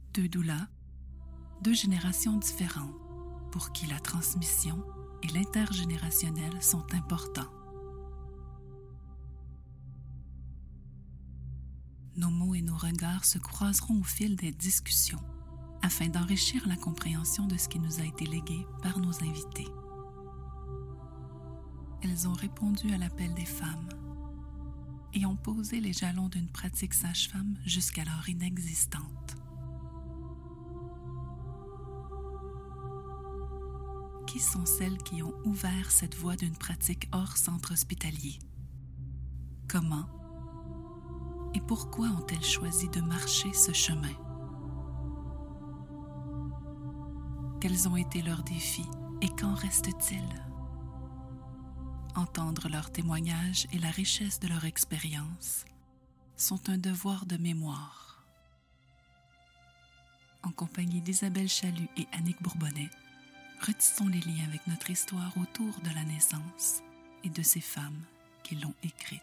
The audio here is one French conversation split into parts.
Deux doulas, deux générations différentes pour qui la transmission et l'intergénérationnel sont importants. Nos mots et nos regards se croiseront au fil des discussions afin d'enrichir la compréhension de ce qui nous a été légué par nos invités. Elles ont répondu à l'appel des femmes et ont posé les jalons d'une pratique sage-femme jusqu'alors inexistante. Qui sont celles qui ont ouvert cette voie d'une pratique hors centre hospitalier? Comment et pourquoi ont-elles choisi de marcher ce chemin? Quels ont été leurs défis et qu'en reste-t-il? Entendre leurs témoignages et la richesse de leur expérience sont un devoir de mémoire. En compagnie d'Isabelle Chalut et Annick Bourbonnais, retissons les liens avec notre histoire autour de la naissance et de ces femmes qui l'ont écrite.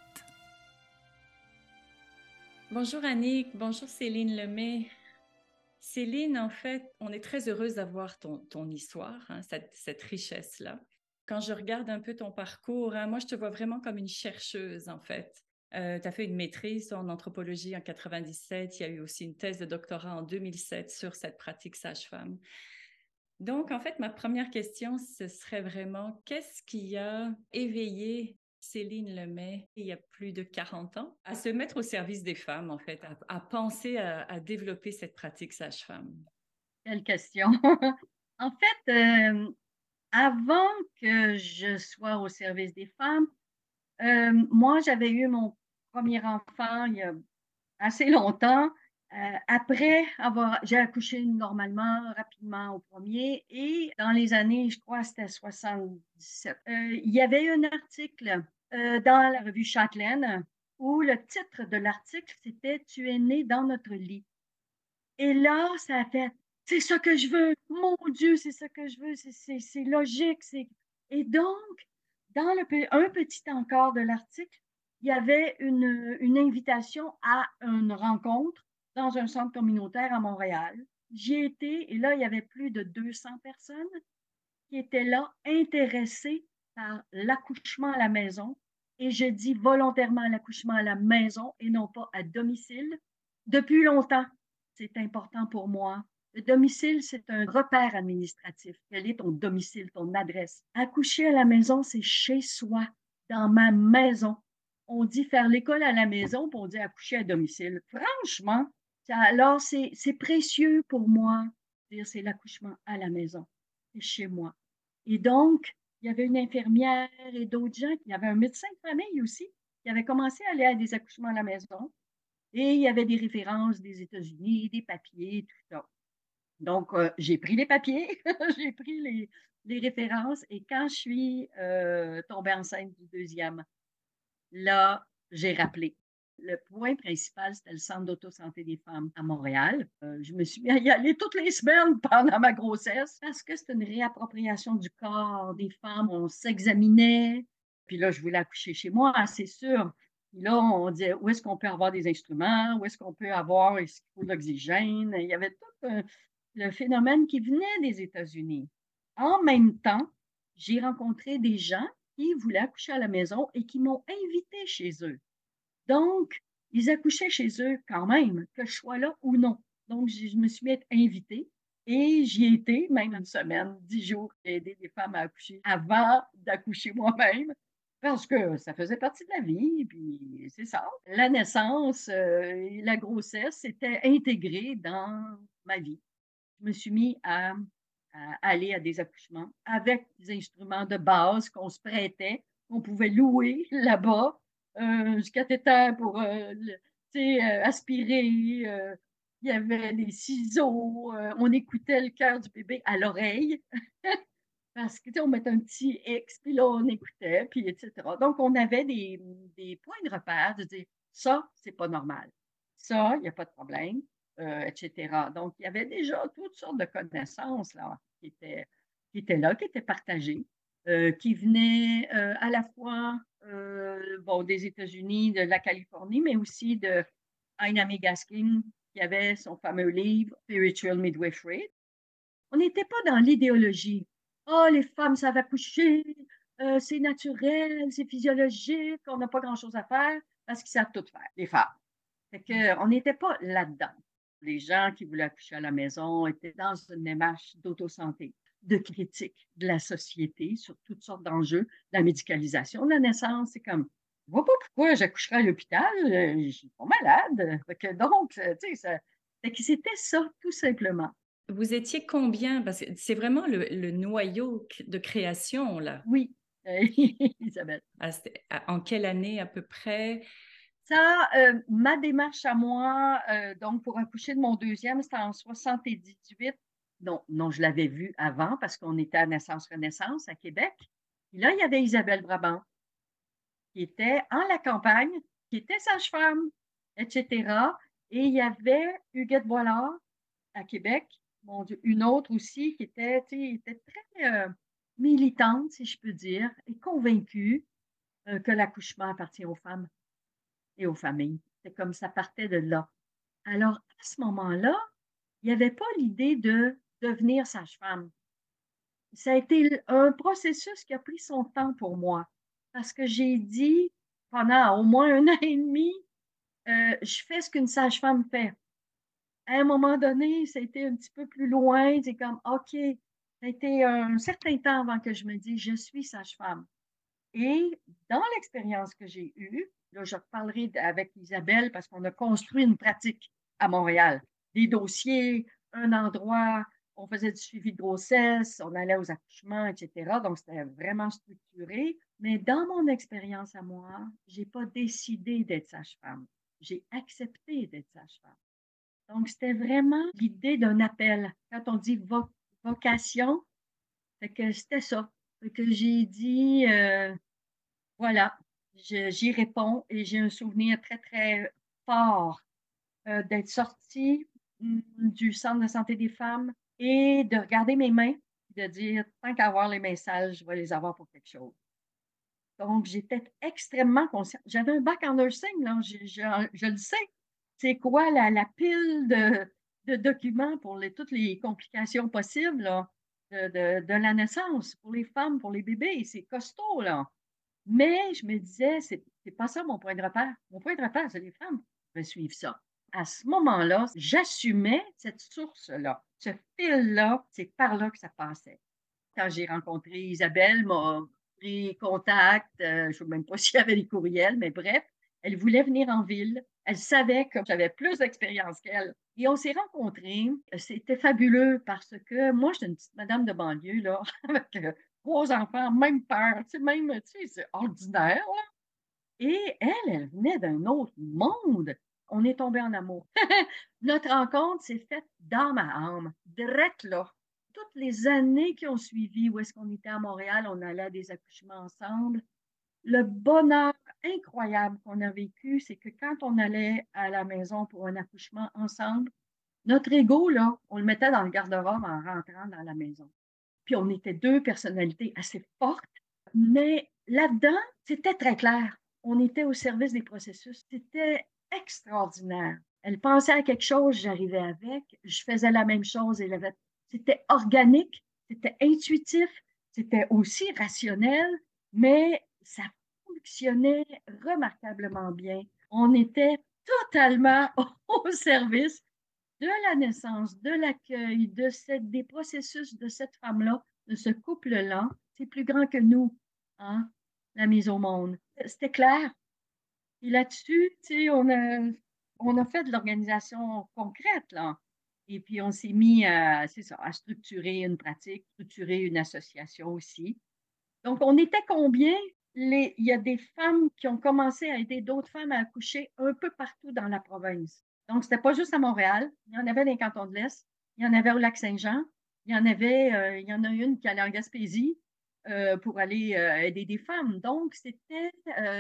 Bonjour Annick, bonjour Céline Lemay. Céline, en fait, on est très heureuse d'avoir ton histoire, hein, cette richesse-là. Quand je regarde un peu ton parcours, hein, moi je te vois vraiment comme une chercheuse en fait. Tu as fait une maîtrise en anthropologie en 97, il y a eu aussi une thèse de doctorat en 2007 sur cette pratique sage-femme. Donc, en fait, ma première question, ce serait vraiment, qu'est-ce qui a éveillé Céline Lemay, il y a plus de 40 ans, à se mettre au service des femmes, en fait, à penser à développer cette pratique sage-femme? Quelle question! En fait, avant que je sois au service des femmes, moi, j'avais eu mon premier enfant il y a assez longtemps. Après avoir j'ai accouché normalement, rapidement au premier et dans les années, je crois que c'était 77, il y avait un article, dans la revue Châtelaine où le titre de l'article, c'était «Tu es né dans notre lit». Et là, ça a fait: «C'est ça que je veux! Mon Dieu, c'est ça que je veux! C'est logique, c'est» et donc, dans un petit encart de l'article, il y avait une invitation à une rencontre dans un centre communautaire à Montréal. J'y ai été et là, il y avait plus de 200 personnes qui étaient là, intéressées par l'accouchement à la maison et je dis volontairement l'accouchement à la maison et non pas à domicile. Depuis longtemps, c'est important pour moi. Le domicile, c'est un repère administratif. Quel est ton domicile, ton adresse? Accoucher à la maison, c'est chez soi, dans ma maison. On dit faire l'école à la maison, puis on dit accoucher à domicile. Franchement, alors c'est précieux pour moi. Dire c'est l'accouchement à la maison, c'est chez moi. Et donc, il y avait une infirmière et d'autres gens. Il y avait un médecin de famille aussi qui avait commencé à aller à des accouchements à la maison. Et il y avait des références des États-Unis, des papiers, tout ça. Donc, j'ai pris les papiers, j'ai pris les références. Et quand je suis tombée enceinte du deuxième, là, j'ai rappelé. Le point principal, c'était le Centre d'autosanté des femmes à Montréal. Je me suis mis à y aller toutes les semaines pendant ma grossesse parce que c'est une réappropriation du corps des femmes. On s'examinait. Puis là, je voulais accoucher chez moi, c'est sûr. Puis là, on disait où est-ce qu'on peut avoir des instruments, où est-ce qu'on peut avoir, est-ce qu'il faut de l'oxygène. Il y avait tout le phénomène qui venait des États-Unis. En même temps, j'ai rencontré des gens qui voulaient accoucher à la maison et qui m'ont invité chez eux. Donc, ils accouchaient chez eux quand même, que je sois là ou non. Donc, je me suis mis invitée et j'y ai été, même une semaine, 10 jours, j'ai aidé des femmes à accoucher avant d'accoucher moi-même, parce que ça faisait partie de la vie, puis c'est ça. La naissance et la grossesse étaient intégrées dans ma vie. Je me suis mis à aller à des accouchements avec des instruments de base qu'on se prêtait, qu'on pouvait louer là-bas, du cathéter pour aspirer. Il y avait des ciseaux. On écoutait le cœur du bébé à l'oreille parce que on mettait un petit X, puis là, on écoutait, puis etc. Donc, on avait des points de repère de dire ça, c'est pas normal. Ça, il n'y a pas de problème, etc. Donc, il y avait déjà toutes sortes de connaissances là, qui étaient là, qui étaient partagées, qui venaient à la fois bon, des États-Unis, de la Californie, mais aussi de Ainamégasking, qui avait son fameux livre Spiritual Midwifery. On n'était pas dans l'idéologie. Oh, les femmes savent accoucher, c'est naturel, c'est physiologique, on n'a pas grand-chose à faire parce qu'ils savent tout faire, les femmes. Fait que, on n'était pas là-dedans. Les gens qui voulaient accoucher à la maison étaient dans une démarche d'autosanté, de critique de la société sur toutes sortes d'enjeux. La médicalisation de la naissance, c'est comme, je ne vois pas pourquoi j'accoucherais à l'hôpital, je suis pas malade. Fait que donc, tu sais, c'était ça, tout simplement. Vous étiez combien? Parce que c'est vraiment le noyau de création, là. Oui, Isabelle. En quelle année à peu près? Ça, ma démarche à moi, donc pour accoucher de mon deuxième, c'était en 78. Non, je l'avais vu avant parce qu'on était à Naissance-Renaissance à Québec. Puis là, il y avait Isabelle Brabant qui était en la campagne, qui était sage-femme, etc. Et il y avait Huguette Boilard à Québec, mon Dieu, une autre aussi qui était, était très militante, si je peux dire, et convaincue que l'accouchement appartient aux femmes et aux familles. C'est comme ça partait de là. Alors, à ce moment-là, il n'y avait pas l'idée de devenir sage-femme. Ça a été un processus qui a pris son temps pour moi parce que j'ai dit pendant au moins 1 an et demi, je fais ce qu'une sage-femme fait. À un moment donné, ça a été un petit peu plus loin. C'est comme, OK, ça a été un certain temps avant que je me dise, je suis sage-femme. Et dans l'expérience que j'ai eue, là, je reparlerai avec Isabelle parce qu'on a construit une pratique à Montréal. Des dossiers, un endroit, on faisait du suivi de grossesse, on allait aux accouchements, etc. Donc, c'était vraiment structuré. Mais dans mon expérience à moi, je n'ai pas décidé d'être sage-femme. J'ai accepté d'être sage-femme. Donc, c'était vraiment l'idée d'un appel. Quand on dit vocation, c'est que c'était ça. Fait que j'ai dit, voilà, j'y réponds et j'ai un souvenir très, très fort d'être sortie du centre de santé des femmes et de regarder mes mains, de dire, tant qu'à avoir les mains sales, je vais les avoir pour quelque chose. Donc, j'étais extrêmement consciente. J'avais un bac en nursing, là, je le sais. C'est quoi la pile de documents pour toutes les complications possibles là, de la naissance, pour les femmes, pour les bébés. C'est costaud, là. Mais je me disais, c'est pas ça mon point de repère. Mon point de repère, c'est les femmes. Je vais suivre ça. À ce moment-là, j'assumais cette source-là. Ce fil-là, c'est par là que ça passait. Quand j'ai rencontré Isabelle, m'a pris contact, je ne sais même pas s'il y avait des courriels, mais bref, elle voulait venir en ville. Elle savait que j'avais plus d'expérience qu'elle. Et on s'est rencontrés. C'était fabuleux parce que moi, j'étais une petite madame de banlieue, là, avec 3 enfants, même père, même, c'est ordinaire, là. Et elle venait d'un autre monde. On est tombé en amour. Notre rencontre s'est faite dans ma âme, direct là. Toutes les années qui ont suivi, où est-ce qu'on était à Montréal, on allait à des accouchements ensemble. Le bonheur incroyable qu'on a vécu, c'est que quand on allait à la maison pour un accouchement ensemble, notre ego, là, on le mettait dans le garde-robe en rentrant dans la maison. Puis on était 2 personnalités assez fortes, mais là-dedans, c'était très clair. On était au service des processus. C'était extraordinaire. Elle pensait à quelque chose, j'arrivais avec. Je faisais la même chose. C'était organique, c'était intuitif, c'était aussi rationnel, mais ça fonctionnait remarquablement bien. On était totalement au service de la naissance, de l'accueil, des processus de cette femme-là, de ce couple-là. C'est plus grand que nous, hein, la mise au monde. C'était clair. Et là-dessus, on a fait de l'organisation concrète, là. Et puis, on s'est mis à structurer une pratique, structurer une association aussi. Donc, on était combien? Il y a des femmes qui ont commencé à aider d'autres femmes à accoucher un peu partout dans la province. Donc, ce n'était pas juste à Montréal. Il y en avait dans les cantons de l'Est. Il y en avait au Lac-Saint-Jean. Il y en a une qui allait en Gaspésie pour aller aider des femmes. Donc, c'était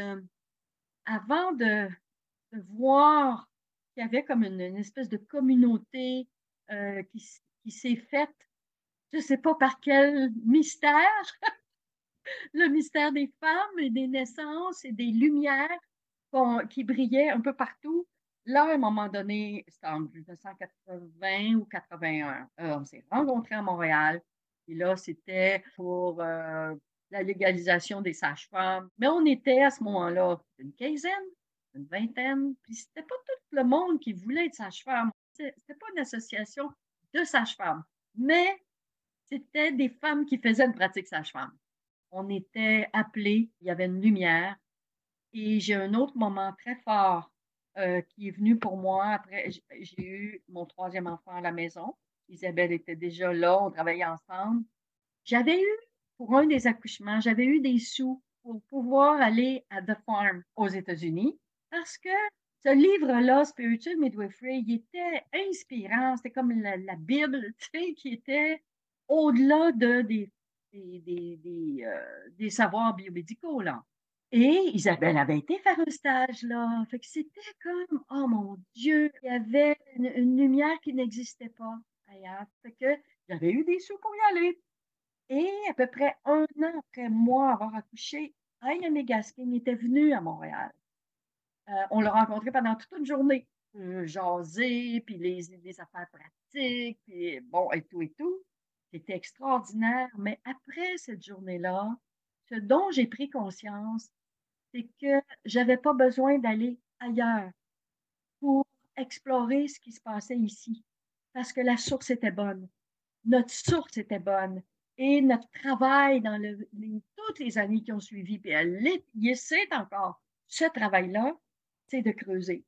avant de voir qu'il y avait comme une espèce de communauté qui s'est faite, je ne sais pas par quel mystère, le mystère des femmes et des naissances et des lumières qui brillaient un peu partout. là, à un moment donné, c'était en 1980 ou 81, on s'est rencontrés à Montréal. Et là, c'était pour la légalisation des sages-femmes. Mais on était à ce moment-là une quinzaine, une vingtaine, puis c'était pas tout le monde qui voulait être sage-femme. C'était pas une association de sages-femmes, mais c'était des femmes qui faisaient une pratique sage-femme. On était appelés, il y avait une lumière, et j'ai un autre moment très fort qui est venu pour moi après. J'ai eu mon troisième enfant à la maison. Isabelle était déjà là, on travaillait ensemble. J'avais eu, pour un des accouchements, j'avais eu des sous pour pouvoir aller à The Farm aux États-Unis parce que ce livre-là, Spiritual Midwifery, il était inspirant. C'était comme la Bible, tu sais, qui était au-delà des savoirs biomédicaux, là. Et Isabelle avait été faire un stage là. Fait que c'était comme, oh mon Dieu, il y avait une lumière qui n'existait pas ailleurs. Fait que j'avais eu des sous pour y aller. Et à peu près un an après moi avoir accouché, Aya Gaskin était venu à Montréal. On l'a rencontré pendant toute une journée. Jaser, puis les affaires pratiques, puis bon, et tout et tout. C'était extraordinaire. Mais après cette journée-là, ce dont j'ai pris conscience, c'est que j'avais pas besoin d'aller ailleurs pour explorer ce qui se passait ici, parce que la source était bonne, notre source était bonne, et notre travail dans toutes les années qui ont suivi, puis c'est encore ce travail-là, c'est de creuser,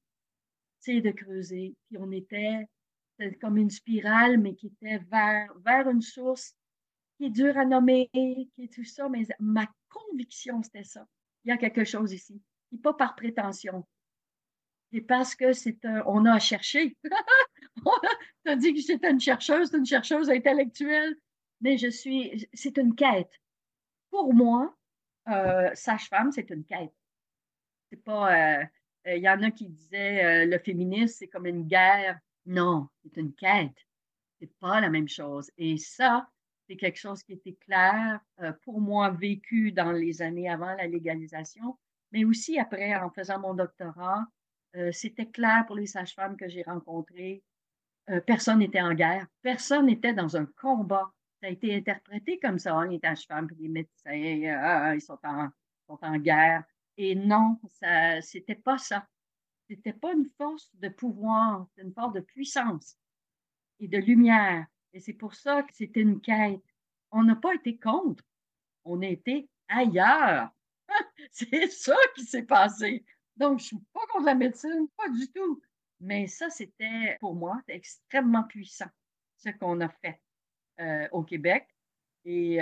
puis on était comme une spirale, mais qui était vers une source qui est dure à nommer, qui est tout ça, mais ma conviction, c'était ça. Il y a quelque chose ici. Et pas par prétention. C'est parce que on a cherché. Tu as dit que j'étais une chercheuse intellectuelle, mais c'est une quête. Pour moi, sage-femme, c'est une quête. C'est pas, il y en a qui disaient le féminisme, c'est comme une guerre. Non, c'est une quête. C'est pas la même chose. Et ça, c'est quelque chose qui était clair pour moi, vécu dans les années avant la légalisation, mais aussi après, en faisant mon doctorat, c'était clair pour les sages-femmes que j'ai rencontrées. Personne n'était en guerre, personne n'était dans un combat. Ça a été interprété comme ça, les sages-femmes, puis les médecins, ils sont en guerre. Et non, c'était pas ça. C'était pas une force de pouvoir, c'était une force de puissance et de lumière. Et c'est pour ça que c'était une quête. On n'a pas été contre, on a été ailleurs. C'est ça qui s'est passé. Donc, je ne suis pas contre la médecine, pas du tout. Mais ça, c'était, pour moi, extrêmement puissant, ce qu'on a fait au Québec. Et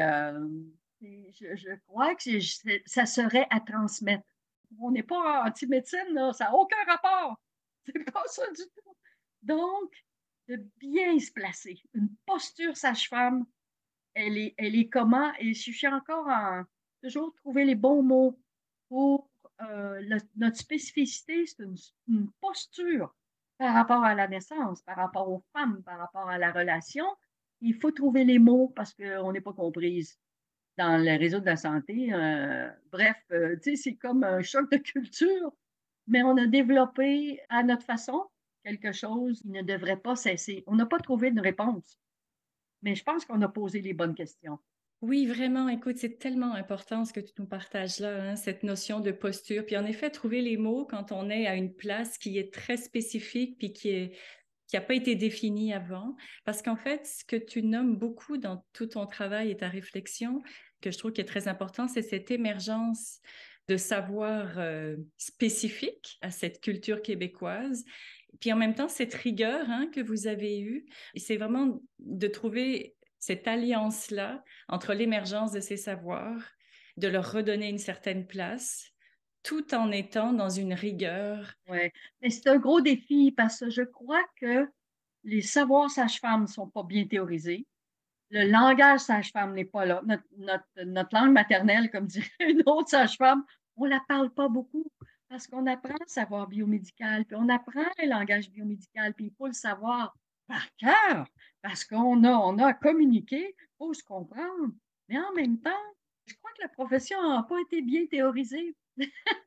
je crois que ça serait à transmettre. On n'est pas anti-médecine, là, ça n'a aucun rapport. C'est pas ça du tout. Donc, de bien se placer. Une posture sage-femme, elle est comment? Et je suis encore en toujours trouver les bons mots pour notre spécificité, c'est une posture par rapport à la naissance, par rapport aux femmes, par rapport à la relation. Il faut trouver les mots parce qu'on n'est pas comprise dans le réseau de la santé. Bref, tu sais, c'est comme un choc de culture, mais on a développé à notre façon quelque chose qui ne devrait pas cesser. On n'a pas trouvé de réponse, mais je pense qu'on a posé les bonnes questions. Oui, vraiment. Écoute, c'est tellement important ce que tu nous partages là, hein, cette notion de posture. Puis en effet, trouver les mots quand on est à une place qui est très spécifique puis qui n'a pas été définie avant. Parce qu'en fait, ce que tu nommes beaucoup dans tout ton travail et ta réflexion, que je trouve qui est très important, c'est cette émergence de savoir spécifique à cette culture québécoise. Puis en même temps, cette rigueur hein, que vous avez eue, c'est vraiment de trouver cette alliance-là entre l'émergence de ces savoirs, de leur redonner une certaine place, tout en étant dans une rigueur. Oui, mais c'est un gros défi parce que je crois que les savoirs sage-femme ne sont pas bien théorisés. Le langage sage-femme n'est pas là. Notre langue maternelle, comme dirait une autre sage-femme, on ne la parle pas beaucoup parce qu'on apprend le savoir biomédical, puis on apprend le langage biomédical, puis il faut le savoir par cœur parce on a à communiquer, il faut se comprendre. Mais en même temps, je crois que la profession n'a pas été bien théorisée.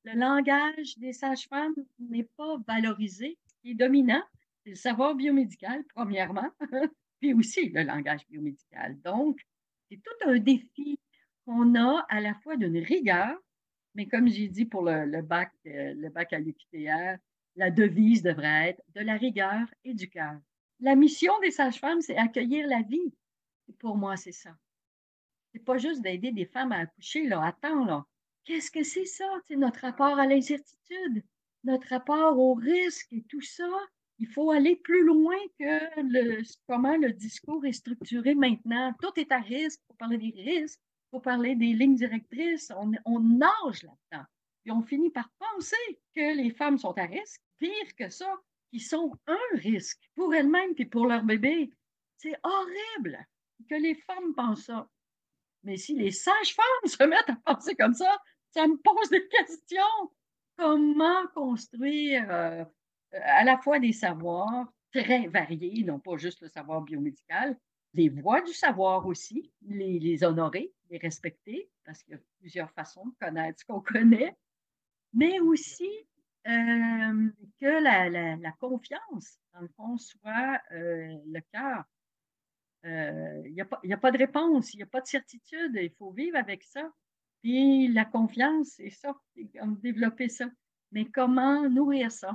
Le langage des sages-femmes n'est pas valorisé. Ce qui est dominant, c'est le savoir biomédical, premièrement, puis aussi le langage biomédical. Donc, c'est tout un défi qu'on a à la fois d'une rigueur, mais comme j'ai dit pour le bac à l'UQTR, la devise devrait être de la rigueur et du cœur. La mission des sages-femmes, c'est accueillir la vie. Et pour moi, c'est ça. C'est pas juste d'aider des femmes à accoucher, là. Attends, là. Qu'est-ce que c'est ça? C'est notre rapport à l'incertitude, notre rapport au risque et tout ça. Il faut aller plus loin que comment le discours est structuré maintenant. Tout est à risque. Il faut parler des risques. Il faut parler des lignes directrices. On nage là-dedans. Et on finit par penser que les femmes sont à risque. Pire que ça, qu'ils sont un risque pour elles-mêmes et pour leur bébé. C'est horrible que les femmes pensent ça. Mais si les sages-femmes se mettent à penser comme ça me pose des questions. Comment construire à la fois des savoirs très variés, non pas juste le savoir biomédical, des voies du savoir aussi, les honorer, les respecter, parce qu'il y a plusieurs façons de connaître ce qu'on connaît, mais aussi que la confiance, dans le fond, soit le cœur. Il n'y a pas de réponse, il n'y a pas de certitude, il faut vivre avec ça. Puis la confiance, c'est ça, c'est comme développer ça. Mais comment nourrir ça?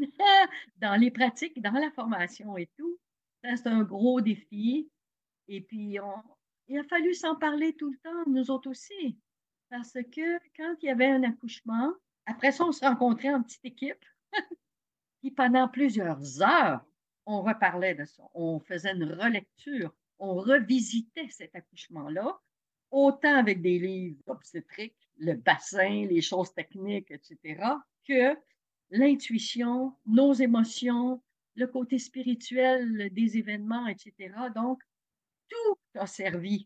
Dans les pratiques, dans la formation et tout, ça, c'est un gros défi. Et puis, il a fallu s'en parler tout le temps, nous autres aussi. Parce que quand il y avait un accouchement, après ça, on se rencontrait en petite équipe. Puis pendant plusieurs heures, on reparlait de ça. On faisait une relecture. On revisitait cet accouchement-là, autant avec des livres obstétriques, le bassin, les choses techniques, etc., que l'intuition, nos émotions, le côté spirituel des événements, etc. Donc, tout a servi.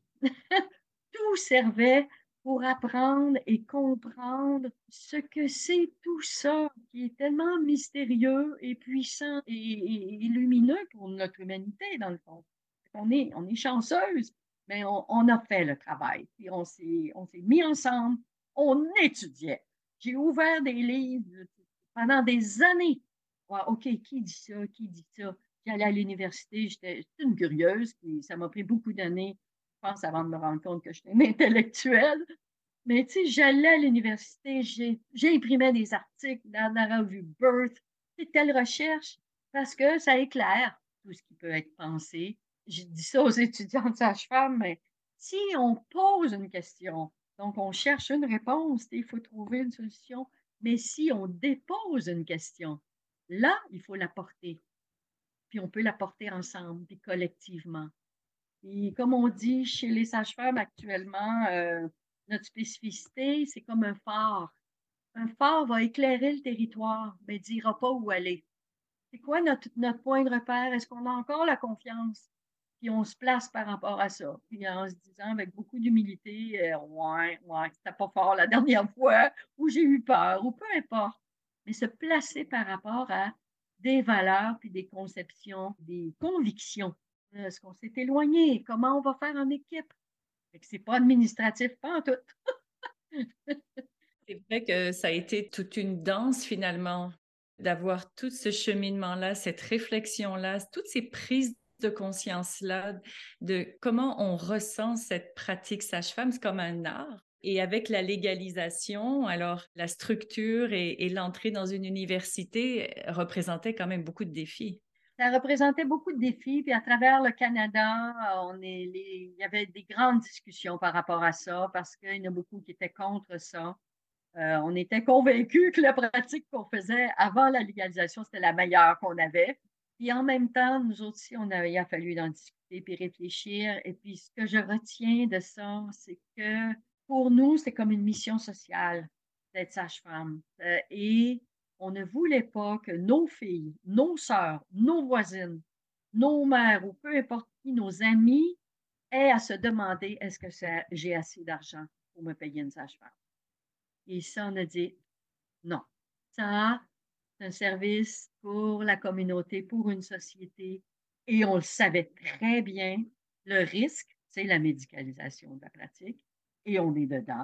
Tout servait pour apprendre et comprendre ce que c'est tout ça, qui est tellement mystérieux et puissant et lumineux pour notre humanité, dans le fond. On est chanceuse, mais on a fait le travail. Puis on s'est mis ensemble, on étudiait. J'ai ouvert des livres pendant des années. Ouais, OK, qui dit ça? Qui dit ça? J'allais à l'université, j'étais une curieuse, puis ça m'a pris beaucoup d'années, je pense, avant de me rendre compte que j'étais une intellectuelle. Mais tu sais, j'allais à l'université, j'imprimais des articles dans la revue Birth, c'est telle recherche, parce que ça éclaire tout ce qui peut être pensé. Je dis ça aux étudiants de sage-femme, mais si on pose une question, donc on cherche une réponse, il faut trouver une solution, mais si on dépose une question, là, il faut la porter. Puis on peut la porter ensemble, puis collectivement. Et comme on dit chez les sages-femmes actuellement, notre spécificité, c'est comme un phare. Un phare va éclairer le territoire, mais ne dira pas où aller. C'est quoi notre point de repère? Est-ce qu'on a encore la confiance? Puis on se place par rapport à ça. Puis en se disant avec beaucoup d'humilité, ouais, c'était pas fort la dernière fois, ou j'ai eu peur, ou peu importe. Mais se placer par rapport à des valeurs, puis des conceptions, des convictions. Est-ce qu'on s'est éloigné? Comment on va faire en équipe? Fait que c'est pas administratif, pas en tout. C'est vrai que ça a été toute une danse finalement, d'avoir tout ce cheminement-là, cette réflexion-là, toutes ces prises de conscience-là, de comment on ressent cette pratique sage-femme, c'est comme un art. Et avec la légalisation, alors la structure et l'entrée dans une université représentaient quand même beaucoup de défis. Ça représentait beaucoup de défis, puis à travers le Canada, il y avait des grandes discussions par rapport à ça, parce qu'il y en a beaucoup qui étaient contre ça. On était convaincus que la pratique qu'on faisait avant la légalisation, c'était la meilleure qu'on avait. Puis en même temps, nous aussi, il a fallu en discuter puis réfléchir. Et puis ce que je retiens de ça, c'est que pour nous, c'est comme une mission sociale d'être sage-femme. Et on ne voulait pas que nos filles, nos sœurs, nos voisines, nos mères ou peu importe qui, nos amis, aient à se demander est-ce que j'ai assez d'argent pour me payer une sage-femme. Et ça, on a dit non. Ça, c'est un service pour la communauté, pour une société. Et on le savait très bien. Le risque, c'est la médicalisation de la pratique. Et on est dedans.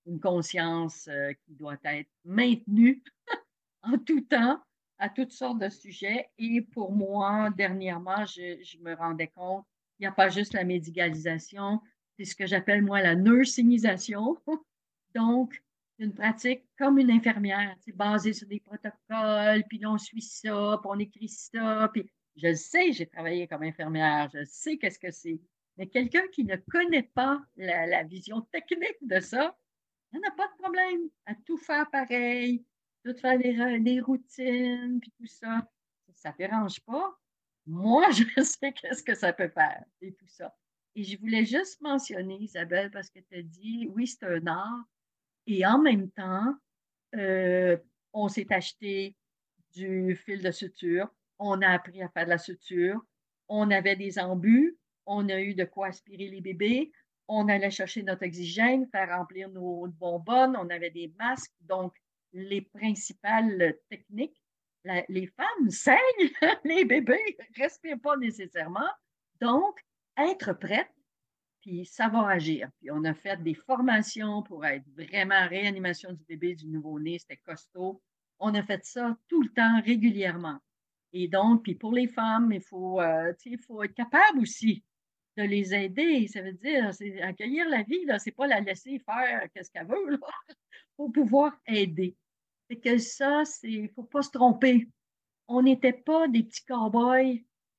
une conscience qui doit être maintenue en tout temps, à toutes sortes de sujets. Et pour moi, dernièrement, je me rendais compte, il n'y a pas juste la médicalisation, c'est ce que j'appelle, moi, la nursingisation. Donc, une pratique comme une infirmière, c'est basée sur des protocoles, puis là, on suit ça, puis on écrit ça, puis je le sais, j'ai travaillé comme infirmière, je sais qu'est-ce que c'est. Mais quelqu'un qui ne connaît pas la vision technique de ça, il n'y en a pas de problème à tout faire pareil, tout faire des routines, puis tout ça. Ça ne dérange pas. Moi, je sais qu'est-ce que ça peut faire, et tout ça. Et je voulais juste mentionner, Isabelle, parce que tu as dit, oui, c'est un art, et en même temps, euh, on s'est acheté du fil de suture, on a appris à faire de la suture, on avait des embus, on a eu de quoi aspirer les bébés, on allait chercher notre oxygène, faire remplir nos bonbonnes, on avait des masques. Donc, les principales techniques, les femmes saignent, les bébés ne respirent pas nécessairement. Donc, être prête, puis savoir agir. Puis on a fait des formations pour être vraiment en réanimation du bébé, du nouveau-né, c'était costaud. On a fait ça tout le temps, régulièrement. Et donc, puis pour les femmes, il faut être capable aussi de les aider. Ça veut dire, c'est accueillir la vie, là, c'est pas la laisser faire qu'est-ce qu'elle veut, là. Faut pouvoir aider. C'est que ça, il faut pas se tromper. On n'était pas des petits cow-boys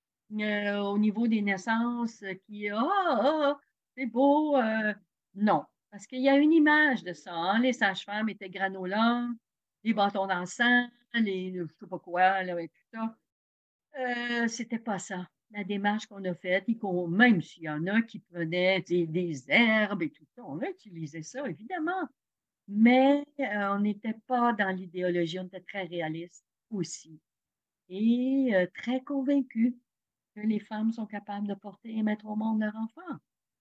au niveau des naissances qui, c'est beau. Non, parce qu'il y a une image de ça. Hein. Les sages-femmes étaient granolants, les bâtons dans le sang, je ne sais pas quoi, là, et tout ça. C'était pas ça. La démarche qu'on a faite, même s'il y en a qui prenaient des herbes et tout ça, on a utilisé ça, évidemment. Mais on n'était pas dans l'idéologie, on était très réaliste aussi. Et très convaincus que les femmes sont capables de porter et mettre au monde leur enfant.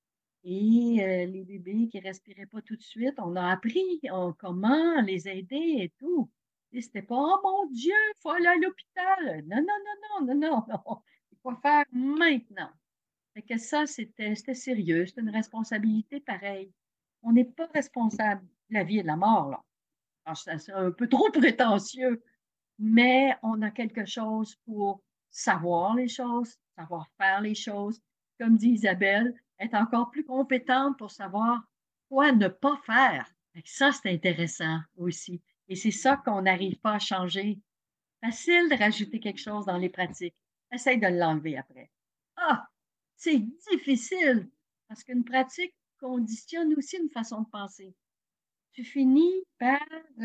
Et les bébés qui ne respiraient pas tout de suite, on a appris comment les aider et tout. Et c'était pas, oh mon Dieu, il faut aller à l'hôpital. Non, non, non, non, non, non, non. Il faut faire maintenant. Fait que ça, c'était sérieux, c'était une responsabilité pareille. On n'est pas responsable de la vie et de la mort, là. Alors, c'est un peu trop prétentieux, mais on a quelque chose pour savoir les choses, savoir faire les choses. Comme dit Isabelle, être encore plus compétente pour savoir quoi ne pas faire. Ça, c'est intéressant aussi. Et c'est ça qu'on n'arrive pas à changer. Facile de rajouter quelque chose dans les pratiques. Essaye de l'enlever après. Ah, c'est difficile parce qu'une pratique conditionne aussi une façon de penser. Tu finis par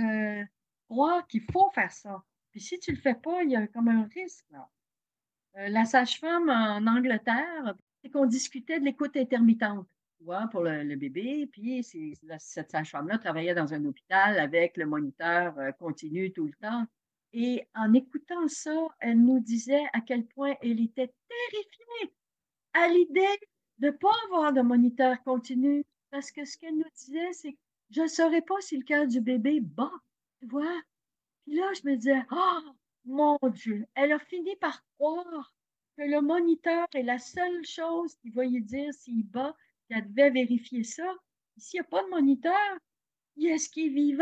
croire qu'il faut faire ça. Puis si tu ne le fais pas, il y a comme un risque, là. La sage-femme en Angleterre, c'est qu'on discutait de l'écoute intermittente, tu vois, pour le bébé. Puis cette sage-femme-là travaillait dans un hôpital avec le moniteur continu tout le temps. Et en écoutant ça, elle nous disait à quel point elle était terrifiée à l'idée de ne pas avoir de moniteur continu. Parce que ce qu'elle nous disait, c'est que je ne saurais pas si le cœur du bébé bat, tu vois. Puis là, je me disais, oh, mon Dieu, elle a fini par croire que le moniteur est la seule chose qui va lui dire s'il bat, qu'elle devait vérifier ça. S'il n'y a pas de moniteur, est-ce qu'il est vivant?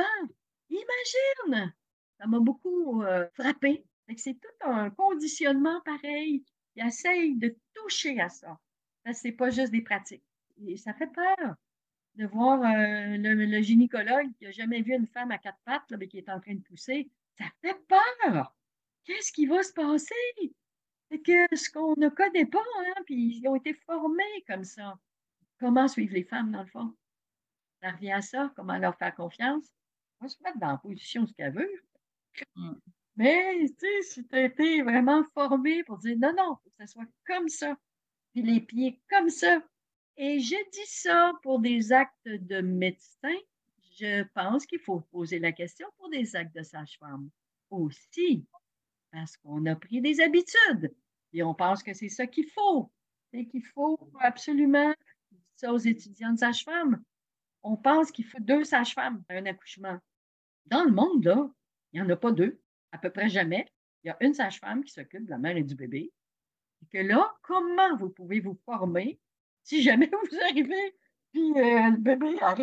Imagine! Ça m'a beaucoup frappé. C'est tout un conditionnement pareil qui essaye de toucher à ça. C'est pas juste des pratiques. Et ça fait peur de voir le gynécologue qui n'a jamais vu une femme à quatre pattes là, mais qui est en train de pousser. Ça fait peur. Qu'est-ce qui va se passer? C'est que ce qu'on ne connaît pas, hein, puis ils ont été formés comme ça. Comment suivre les femmes, dans le fond? Ça revient à ça, comment leur faire confiance. On va se mettre dans la position ce qu'elle veut. Mm. Mais, tu sais, si tu as été vraiment formé pour dire non, non, il faut que ça soit comme ça, puis les pieds comme ça. Et je dis ça pour des actes de médecin. Je pense qu'il faut poser la question pour des actes de sage-femme aussi, parce qu'on a pris des habitudes et on pense que c'est ça qu'il faut. C'est qu'il faut absolument, je dis ça aux étudiants de sage-femme, on pense qu'il faut 2 sages-femmes à un accouchement. Dans le monde, là, il n'y en a pas 2, à peu près jamais. Il y a une sage-femme qui s'occupe de la mère et du bébé. Et que là, comment vous pouvez vous former si jamais vous arrivez, puis le bébé arrive,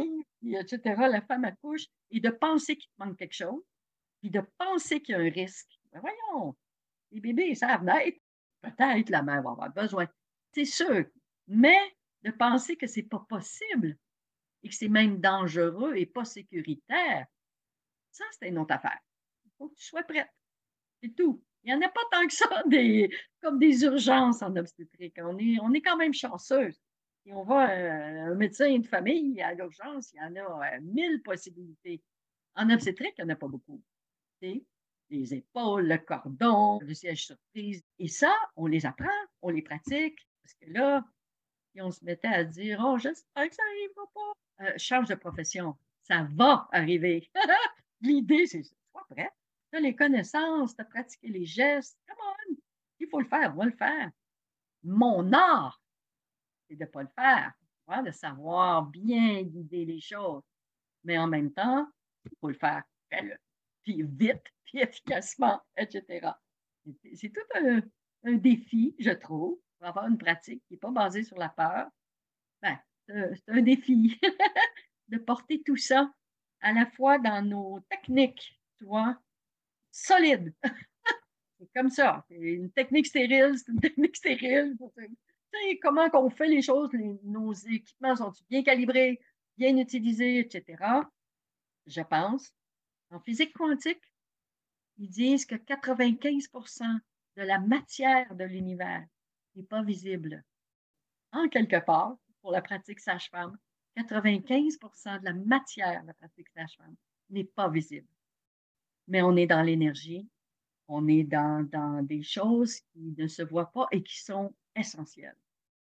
puis etc., la femme accouche, et de penser qu'il te manque quelque chose, puis de penser qu'il y a un risque. Ben voyons, les bébés, ils savent naître. Peut-être la mère va avoir besoin. C'est sûr. Mais de penser que c'est pas possible et que c'est même dangereux et pas sécuritaire, ça, c'est une autre affaire. Il faut que tu sois prête. C'est tout. Il n'y en a pas tant que ça comme des urgences en obstétrique. On est quand même chanceuse. Et on va un médecin de famille à l'urgence, il y en a 1000 possibilités. En obstétrique, il n'y en a pas beaucoup. Tu sais, les épaules, le cordon, le siège surprise. Et ça, on les apprend, on les pratique. Parce que là, si on se mettait à dire, oh, j'espère que ça n'arrivera pas. Change de profession. Ça va arriver. L'idée, c'est ça. Sois prêt. Tu as les connaissances, tu as pratiqué les gestes. Come on. Il faut le faire, on va le faire. Mon art, c'est de ne pas le faire. De savoir bien guider les choses. Mais en même temps, il faut le faire. Fais-le. Puis vite, puis efficacement, etc. C'est tout un défi, je trouve, pour avoir une pratique qui n'est pas basée sur la peur. Ben, c'est un défi de porter tout ça à la fois dans nos techniques, tu vois, solides. C'est comme ça. C'est une technique stérile, c'est une technique stérile. Tu sais, comment qu'on fait les choses, nos équipements sont bien calibrés, bien utilisés, etc. Je pense. En physique quantique, ils disent que 95 de la matière de l'univers n'est pas visible. En quelque part, pour la pratique sage-femme, 95 de la matière de la pratique sage-femme n'est pas visible. Mais on est dans l'énergie, on est dans des choses qui ne se voient pas et qui sont essentielles.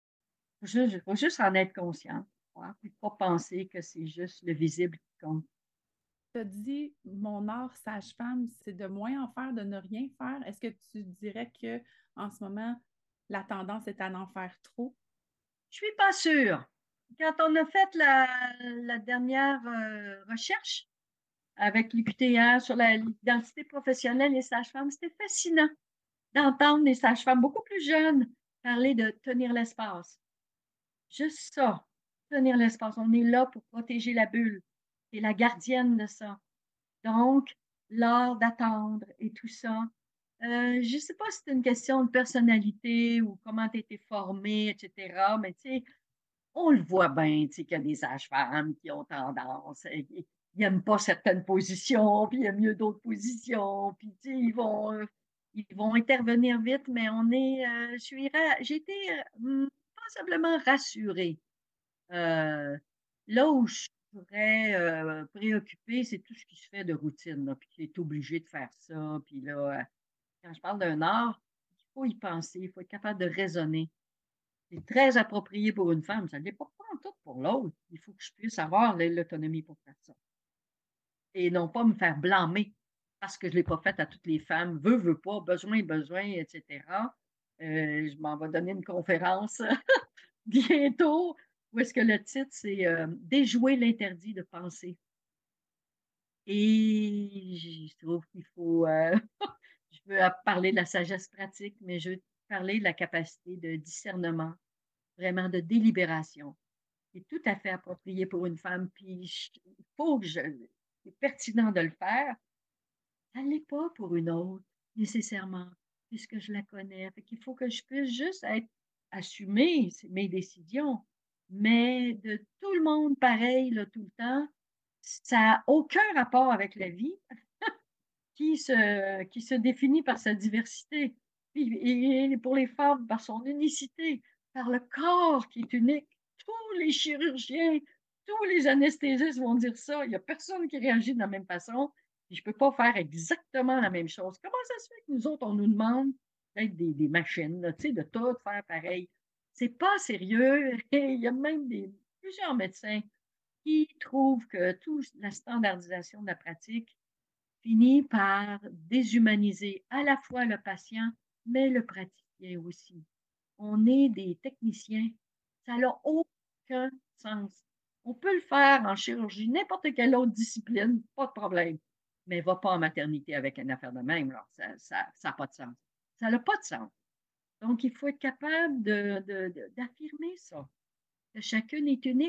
Il faut juste en être conscient, et pas penser que c'est juste le visible qui compte. Tu as dit, mon art sage-femme, c'est de moins en faire, de ne rien faire. Est-ce que tu dirais que en ce moment, la tendance est à en faire trop? Je suis pas sûre. Quand on a fait la dernière recherche avec l'UQTR sur l'identité professionnelle des sages-femmes, c'était fascinant d'entendre les sages-femmes beaucoup plus jeunes parler de tenir l'espace. Juste ça, tenir l'espace. On est là pour protéger la bulle. C'est la gardienne de ça. Donc, l'art d'attendre et tout ça. Je ne sais pas si c'est une question de personnalité ou comment tu as été formée, etc. Mais tu sais, on le voit bien, tu sais, qu'il y a des sages-femmes qui ont tendance, ils n'aiment pas certaines positions, puis il y a mieux d'autres positions, puis tu sais, ils vont intervenir vite, mais j'ai été passablement rassurée. Là où je serais préoccupée, c'est tout ce qui se fait de routine, là, puis qui est obligé de faire ça, puis là, quand je parle d'un art, il faut y penser, il faut être capable de raisonner. C'est très approprié pour une femme, ça ne l'est pas en tout pour l'autre. Il faut que je puisse avoir l'autonomie pour faire ça. Et non pas me faire blâmer parce que je ne l'ai pas fait à toutes les femmes, veut pas, besoin, etc. Je m'en vais donner une conférence bientôt où est-ce que le titre, c'est Déjouer l'interdit de penser. Et je trouve qu'il faut, je veux parler de la sagesse pratique, mais je veux parler de la capacité de discernement, vraiment de délibération. C'est tout à fait approprié pour une femme, puis il faut que c'est pertinent de le faire. Ça ne l'est pas pour une autre, nécessairement, puisque je la connais. Fait qu'il faut que je puisse juste assumer mes décisions. Mais de tout le monde pareil, là, tout le temps, ça n'a aucun rapport avec la vie qui se définit par sa diversité. Et pour les femmes, par son unicité, par le corps qui est unique. Tous les chirurgiens, tous les anesthésistes vont dire ça. Il n'y a personne qui réagit de la même façon. Puis je ne peux pas faire exactement la même chose. Comment ça se fait que nous autres, on nous demande d'être des machines, là, de tout faire pareil? C'est pas sérieux. Il y a même plusieurs médecins qui trouvent que toute la standardisation de la pratique finit par déshumaniser à la fois le patient, mais le praticien aussi. On est des techniciens. Ça n'a aucun sens. On peut le faire en chirurgie, n'importe quelle autre discipline, pas de problème. Mais va pas en maternité avec une affaire de même. Là. Ça n'a pas de sens. Ça n'a pas de sens. Donc, il faut être capable d'affirmer ça. Que chacune est unique.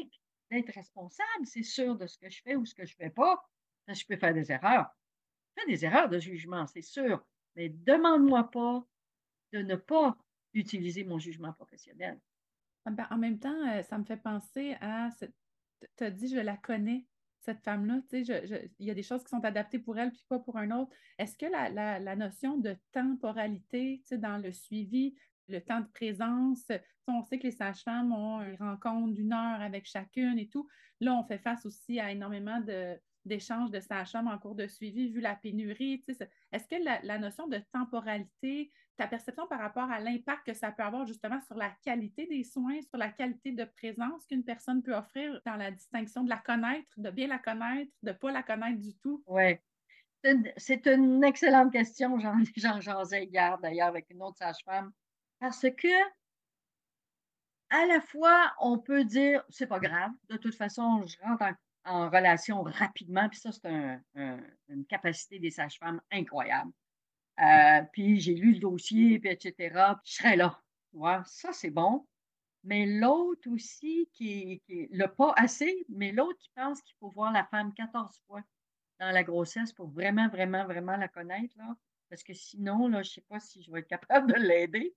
d'être responsable, c'est sûr, de ce que je fais ou ce que je ne fais pas. Parce que je peux faire des erreurs. Je fais des erreurs de jugement, c'est sûr. Mais demande-moi pas de ne pas utiliser mon jugement professionnel. Ben, en même temps, ça me fait penser à... Tu as dit, je la connais, cette femme-là. Tu sais, il y a des choses qui sont adaptées pour elle puis pas pour un autre. Est-ce que la notion de temporalité, tu sais, dans le suivi, le temps de présence, tu sais, on sait que les sages-femmes ont une rencontre d'1 heure avec chacune et tout. Là, on fait face aussi à énormément d'échanges de sages-femmes en cours de suivi, vu la pénurie. Tu sais, est-ce que la notion de temporalité, ta perception par rapport à l'impact que ça peut avoir justement sur la qualité des soins, sur la qualité de présence qu'une personne peut offrir dans la distinction de la connaître, de bien la connaître, de ne pas la connaître du tout? Oui. C'est une excellente question. J'en jasais hier d'ailleurs avec une autre sage-femme. Parce que, à la fois, on peut dire, c'est pas grave. De toute façon, je rentre en relation rapidement. Puis ça, c'est une capacité des sages-femmes incroyable. Puis j'ai lu le dossier, puis etc. Puis je serais là. Tu vois, ça, c'est bon. Mais l'autre aussi, le pas assez, mais l'autre qui pense qu'il faut voir la femme 14 fois dans la grossesse pour vraiment, vraiment, vraiment la connaître, là. Parce que sinon, là, je ne sais pas si je vais être capable de l'aider.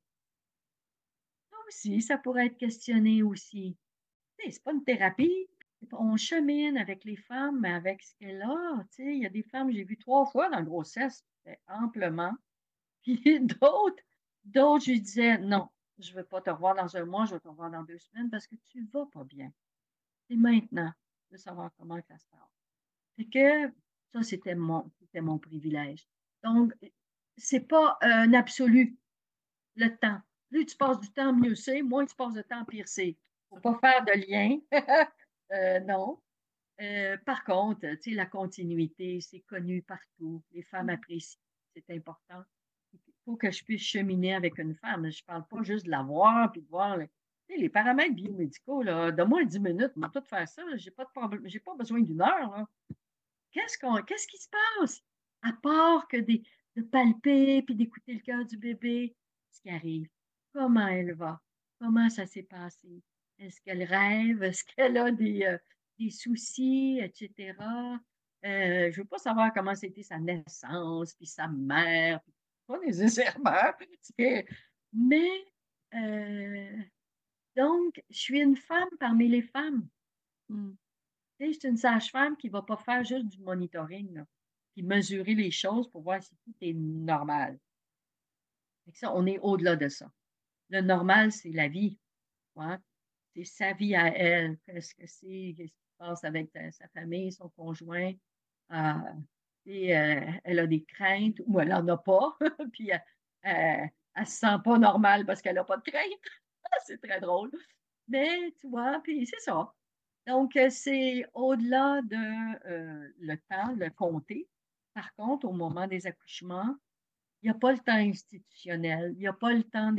Ça aussi, ça pourrait être questionné aussi. Tu sais, c'est pas une thérapie. On chemine avec les femmes, mais avec ce qu'elle a. Tu sais, il y a des femmes, j'ai vu 3 fois dans la grossesse, amplement. Puis d'autres, je lui disais, non, je ne veux pas te revoir dans 1 mois, je vais te revoir dans 2 semaines parce que tu ne vas pas bien. C'est maintenant de savoir comment ça se passe. Fait que ça, c'était mon privilège. Donc, c'est pas un absolu, le temps. Plus tu passes du temps, mieux c'est. Moins tu passes de temps, pire c'est. Faut pas faire de lien. Non. Par contre, tu sais, la continuité, c'est connu partout. Les femmes apprécient, c'est important. Il faut que je puisse cheminer avec une femme. Je ne parle pas juste de la voir puis de voir. Tu sais, les paramètres biomédicaux, là, donne-moi 10 minutes, moi, tout faire ça. J'ai pas de problème, j'ai pas besoin d'1 heure, là. Qu'est-ce qui se passe? À part que de palper puis d'écouter le cœur du bébé, ce qui arrive. Comment elle va? Comment ça s'est passé? Est-ce qu'elle rêve? Est-ce qu'elle a des soucis, etc.? Je ne veux pas savoir comment c'était sa naissance, puis sa mère, puis pas nécessairement. Mais, euh, donc, je suis une femme parmi les femmes. Mm. Tu sais, je suis une sage-femme qui ne va pas faire juste du monitoring, là, puis mesurer les choses pour voir si tout est normal. Fait que ça, on est au-delà de ça. Le normal, c'est la vie. Ouais. C'est sa vie à elle. Qu'est-ce qui se passe avec sa famille, son conjoint. Euh, et, elle a des craintes ou elle n'en a pas. Puis elle se sent pas normale parce qu'elle n'a pas de crainte. C'est très drôle. Mais tu vois, puis c'est ça. Donc, c'est au-delà de le temps, le compter. Par contre, au moment des accouchements, il n'y a pas le temps institutionnel, il n'y a pas le temps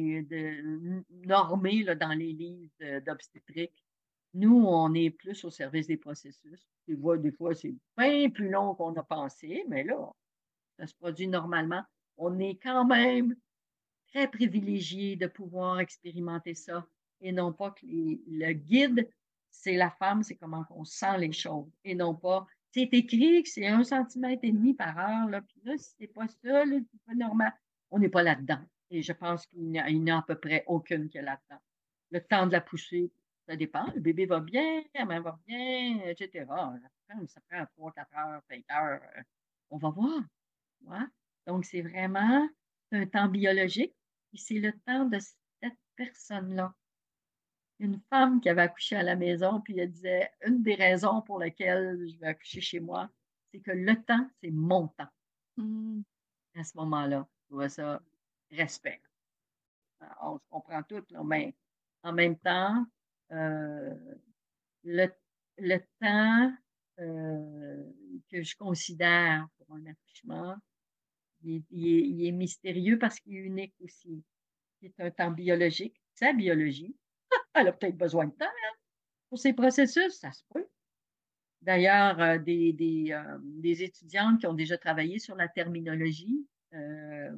de normer là, dans les livres d'obstétrique. Nous, on est plus au service des processus. Des fois, c'est bien plus long qu'on a pensé, mais là, ça se produit normalement. On est quand même très privilégié de pouvoir expérimenter ça et non pas que le guide, c'est la femme, c'est comment on sent les choses et non pas, c'est écrit que c'est 1,5 cm par heure, là, puis là, si c'est pas ça, là, c'est pas normal. On n'est pas là-dedans. Et je pense qu'il n'y a à peu près aucune qui est là-dedans. Le temps de la pousser, ça dépend. Le bébé va bien, la mère va bien, etc. Ça prend 3, 4 heures, 5 heures. On va voir. Ouais. Donc, c'est vraiment un temps biologique. Et c'est le temps de cette personne-là. Une femme qui avait accouché à la maison, puis elle disait, une des raisons pour lesquelles je vais accoucher chez moi, c'est que le temps, c'est mon temps. Mm. À ce moment-là, je vois ça, respect. On se comprend toutes, là, mais en même temps, euh, le, le temps que je considère pour un accouchement, il est mystérieux parce qu'il est unique aussi. C'est un temps biologique, sa biologie. Elle a peut-être besoin de temps, hein, pour ses processus, ça se peut. D'ailleurs, des étudiantes qui ont déjà travaillé sur la terminologie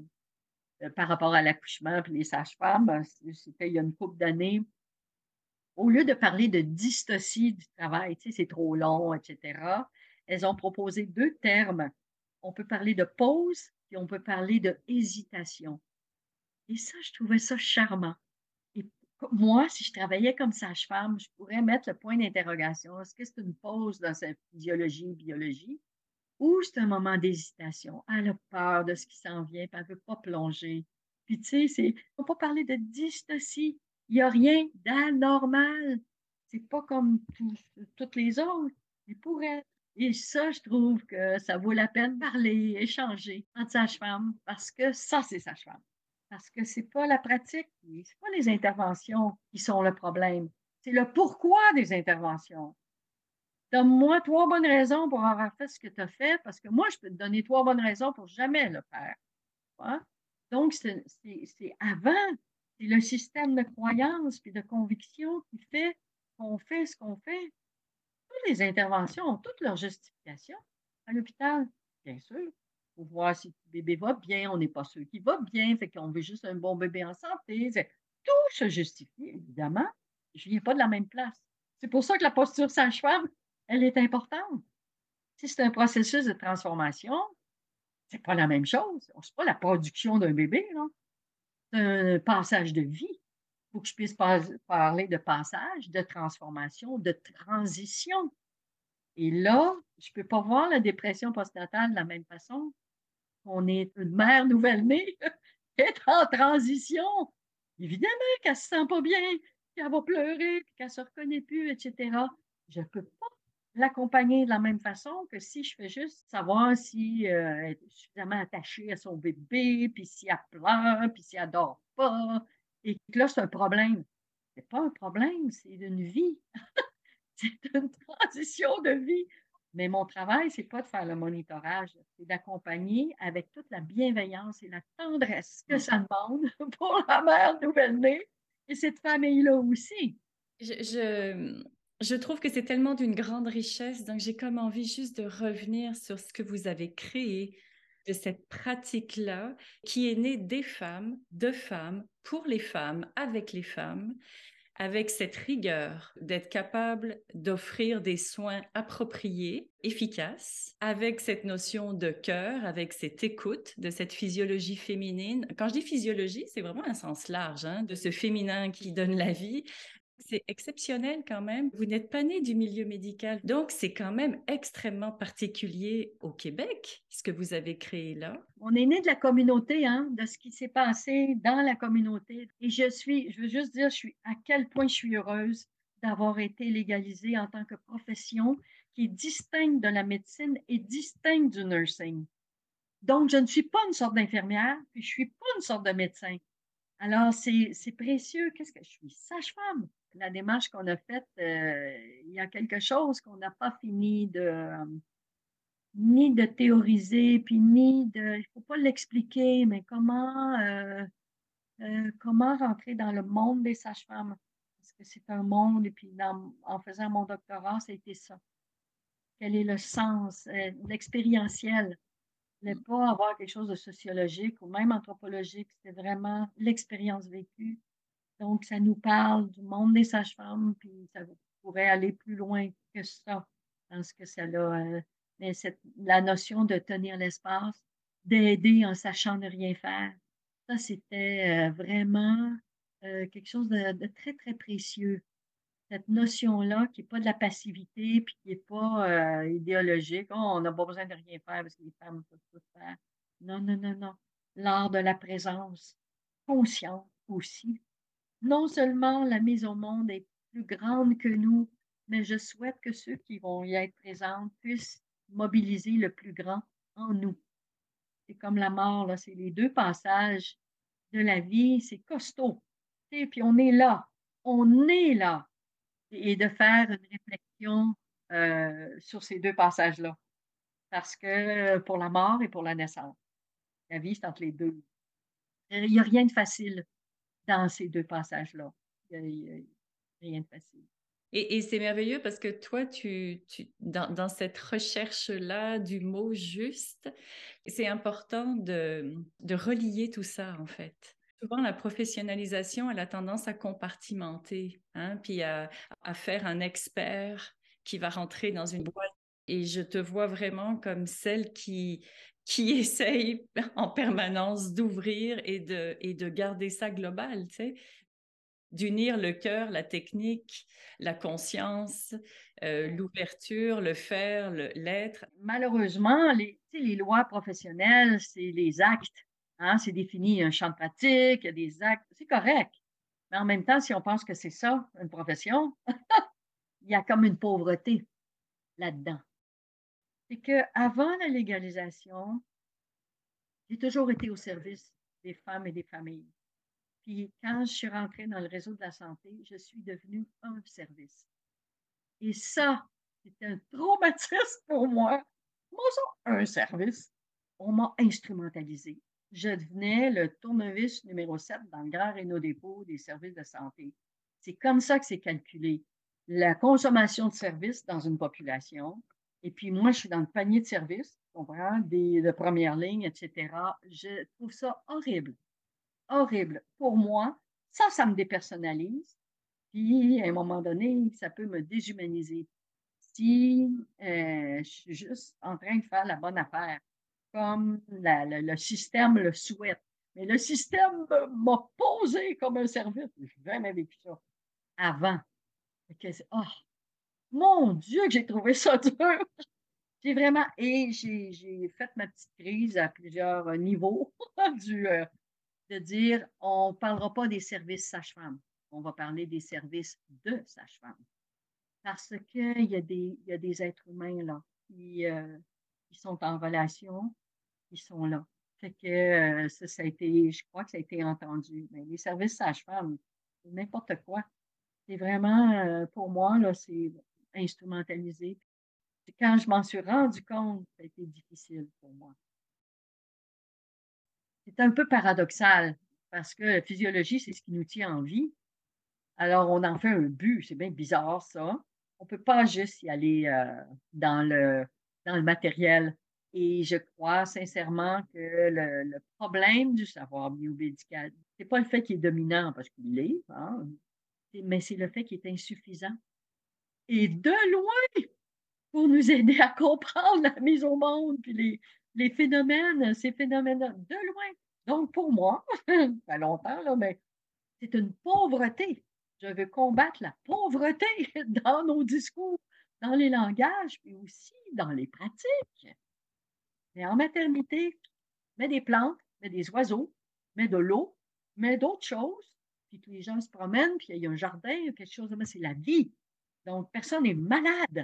par rapport à l'accouchement puis les sages-femmes, c'était il y a une couple d'années au lieu de parler de dystocie du travail, tu sais, c'est trop long, etc., elles ont proposé 2 termes. On peut parler de pause, puis on peut parler de hésitation. Et ça, je trouvais ça charmant. Et moi, si je travaillais comme sage-femme, je pourrais mettre le point d'interrogation. Est-ce que c'est une pause dans sa biologie, ou c'est un moment d'hésitation? Elle a peur de ce qui s'en vient, puis elle ne veut pas plonger. Puis, tu sais, il ne faut pas parler de dystocie. Il n'y a rien d'anormal. C'est pas comme toutes les autres. Mais pour elle. Et ça, je trouve que ça vaut la peine de parler, échanger entre sages-femmes, parce que ça, c'est sage-femme. Parce que c'est pas la pratique, c'est pas les interventions qui sont le problème. C'est le pourquoi des interventions. Donne-moi 3 bonnes raisons pour avoir fait ce que tu as fait, parce que moi, je peux te donner 3 bonnes raisons pour jamais le faire. Hein? Donc, c'est avant, c'est le système de croyance et de conviction qui fait qu'on fait ce qu'on fait. Toutes les interventions ont toutes leurs justifications à l'hôpital, bien sûr. Pour voir si le bébé va bien, on n'est pas sûr qu'il va bien, fait qu'on veut juste un bon bébé en santé. Tout se justifie, évidemment. Je ne viens pas de la même place. C'est pour ça que la posture sage-femme, elle est importante. Si c'est un processus de transformation, c'est pas la même chose. C'est pas la production d'un bébé, là. C'est un passage de vie. Il faut que je puisse parler de passage, de transformation, de transition. Et là, je ne peux pas voir la dépression postnatale de la même façon. On est une mère nouvelle-née qui est en transition. Évidemment qu'elle ne se sent pas bien, qu'elle va pleurer, qu'elle ne se reconnaît plus, etc. Je ne peux pas l'accompagner de la même façon que si je fais juste savoir si elle est suffisamment attachée à son bébé, puis si elle pleure, puis si elle ne dort pas. Et que là, c'est un problème. Ce n'est pas un problème, c'est une vie. C'est une transition de vie. Mais mon travail, c'est pas de faire le monitorage, c'est d'accompagner avec toute la bienveillance et la tendresse que ça demande pour la mère nouvelle-née et cette famille-là aussi. Je trouve que c'est tellement d'une grande richesse, donc j'ai comme envie juste de revenir sur ce que vous avez créé, de cette pratique-là qui est née des femmes, de femmes, pour les femmes, avec les femmes, avec cette rigueur d'être capable d'offrir des soins appropriés, efficaces, avec cette notion de cœur, avec cette écoute de cette physiologie féminine. Quand je dis physiologie, c'est vraiment un sens large, hein, de ce féminin qui donne la vie. C'est exceptionnel quand même. Vous n'êtes pas né du milieu médical, donc c'est quand même extrêmement particulier au Québec, ce que vous avez créé là. On est né de la communauté, hein, de ce qui s'est passé dans la communauté. Et je veux juste dire, à quel point je suis heureuse d'avoir été légalisée en tant que profession qui est distincte de la médecine et distincte du nursing. Donc, je ne suis pas une sorte d'infirmière, puis je ne suis pas une sorte de médecin. Alors, c'est précieux. Qu'est-ce que je suis? Sage-femme. La démarche qu'on a faite, il y a quelque chose qu'on n'a pas fini ni de théoriser, puis il ne faut pas l'expliquer, mais comment rentrer dans le monde des sages-femmes? Parce que c'est un monde, et puis en faisant mon doctorat, ça a été ça. Quel est le sens, l'expérientiel? Ne pas avoir quelque chose de sociologique ou même anthropologique, c'est vraiment l'expérience vécue. Donc, ça nous parle du monde des sages-femmes, puis ça pourrait aller plus loin que ça. Je pense que ça a, mais la notion de tenir l'espace, d'aider en sachant ne rien faire, ça, c'était vraiment quelque chose de très, très précieux. Cette notion-là, qui n'est pas de la passivité, puis qui n'est pas idéologique. Oh, on n'a pas besoin de rien faire parce que les femmes peuvent tout faire. Non, non, non, non. L'art de la présence, consciente aussi. Non seulement la mise au monde est plus grande que nous, mais je souhaite que ceux qui vont y être présents puissent mobiliser le plus grand en nous. C'est comme la mort, là, c'est les 2 passages de la vie, c'est costaud. Et puis on est là. Et de faire une réflexion sur ces 2 passages-là. Parce que pour la mort et pour la naissance, la vie, c'est entre les 2. Il n'y a rien de facile dans ces 2 passages-là. Il n'y a rien de facile. Et c'est merveilleux parce que toi, dans cette recherche-là du mot juste, c'est important de relier tout ça, en fait. Souvent, la professionnalisation, elle a tendance à compartimenter, hein, puis à faire un expert qui va rentrer dans une boîte. Et je te vois vraiment comme celle qui essaye en permanence d'ouvrir et de garder ça global, tu sais, d'unir le cœur, la technique, la conscience, l'ouverture, le faire, l'être. Malheureusement, les lois professionnelles, c'est les actes. Hein, c'est défini un champ de pratique, il y a des actes, c'est correct. Mais en même temps, si on pense que c'est ça, une profession, il y a comme une pauvreté là-dedans. C'est qu'avant la légalisation, j'ai toujours été au service des femmes et des familles. Puis quand je suis rentrée dans le réseau de la santé, je suis devenue un service. Et ça, c'était un traumatisme pour moi. Comment ça, un service? On m'a instrumentalisé. Je devenais le tournevis numéro 7 dans le grand réno dépôt des services de santé. C'est comme ça que c'est calculé. La consommation de services dans une population. Et puis moi, je suis dans le panier de services, tu comprends, de première ligne, etc. Je trouve ça horrible. Horrible. Pour moi, ça me dépersonnalise. Puis, à un moment donné, ça peut me déshumaniser. Si je suis juste en train de faire la bonne affaire, comme le système le souhaite. Mais le système m'a posé comme un service. Je n'ai jamais vécu ça avant. Oh, mon Dieu, que j'ai trouvé ça dur! J'ai vraiment, et j'ai fait ma petite crise à plusieurs niveaux de dire, on ne parlera pas des services sage-femme, on va parler des services de sage-femme. Parce qu'il y a des êtres humains là, qui sont en relation, qui sont là. Fait que ça a été, je crois que ça a été entendu. Mais les services sage-femme, c'est n'importe quoi. C'est vraiment, pour moi, là, c'est instrumentalisé. Quand je m'en suis rendu compte, ça a été difficile pour moi. C'est un peu paradoxal parce que la physiologie, c'est ce qui nous tient en vie. Alors, on en fait un but. C'est bien bizarre, ça. On ne peut pas juste y aller dans le matériel. Et je crois sincèrement que le problème du savoir biomédical, ce n'est pas le fait qu'il est dominant, parce qu'il l'est, hein, mais c'est le fait qu'il est insuffisant. Et de loin, pour nous aider à comprendre la mise au monde, puis les phénomènes, ces phénomènes-là, de loin. Donc, pour moi, ça fait longtemps, là, mais c'est une pauvreté. Je veux combattre la pauvreté dans nos discours, dans les langages, puis aussi dans les pratiques. Mais en maternité, mets des plantes, mets des oiseaux, mets de l'eau, mets d'autres choses, puis que les gens se promènent, puis il y a un jardin, quelque chose, mais c'est la vie. Donc, personne n'est malade,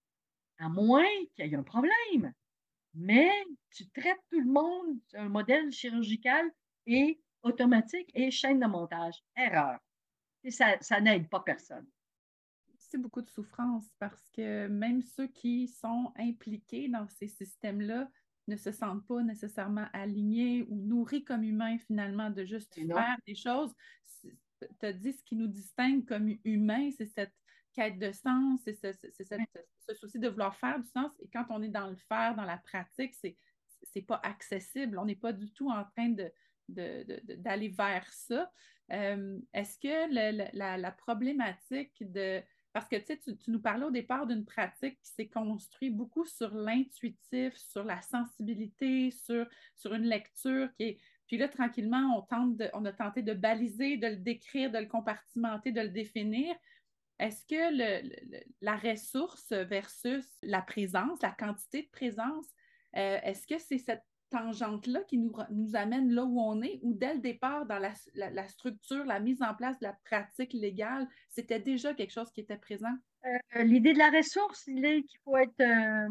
à moins qu'il y ait un problème. Mais tu traites tout le monde sur un modèle chirurgical et automatique et chaîne de montage. Erreur. Et ça n'aide pas personne. C'est beaucoup de souffrance parce que même ceux qui sont impliqués dans ces systèmes-là ne se sentent pas nécessairement alignés ou nourris comme humains finalement de juste faire des choses. Tu as dit ce qui nous distingue comme humains, c'est cette quête de sens, c'est ce souci de vouloir faire du sens. Et quand on est dans le faire, dans la pratique, c'est pas accessible. On n'est pas du tout en train d'aller vers ça. Est-ce que la problématique de parce que tu nous parlais au départ d'une pratique qui s'est construite beaucoup sur l'intuitif, sur la sensibilité, sur une lecture qui est. Puis là, tranquillement, on a tenté de baliser, de le décrire, de le compartimenter, de le définir. Est-ce que la ressource versus la présence, la quantité de présence, est-ce que c'est cette tangente-là qui nous amène là où on est, ou dès le départ, dans la structure, la mise en place de la pratique légale, c'était déjà quelque chose qui était présent? L'idée de la ressource, il est qu'il faut être...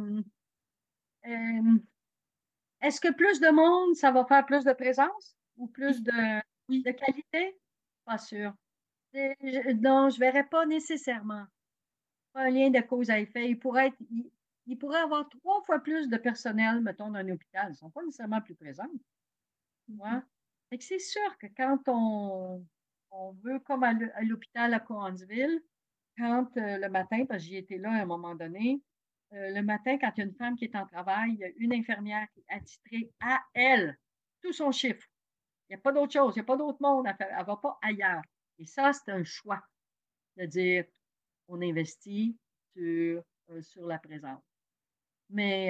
est-ce que plus de monde, ça va faire plus de présence ou plus de qualité? Pas sûr. Non, je ne verrais pas nécessairement. Pas un lien de cause à effet. Il pourrait avoir 3 fois plus de personnel, mettons, dans un hôpital. Ils ne sont pas nécessairement plus présents. Ouais. Fait que c'est sûr que quand on veut, comme à l'hôpital à Cowansville, quand le matin, parce que j'y étais là à un moment donné, le matin, quand il y a une femme qui est en travail, il y a une infirmière qui est attitrée à elle, tout son chiffre. Il n'y a pas d'autre chose, il n'y a pas d'autre monde à faire. Elle ne va pas ailleurs. Et ça, c'est un choix de dire on investit sur la présence. Mais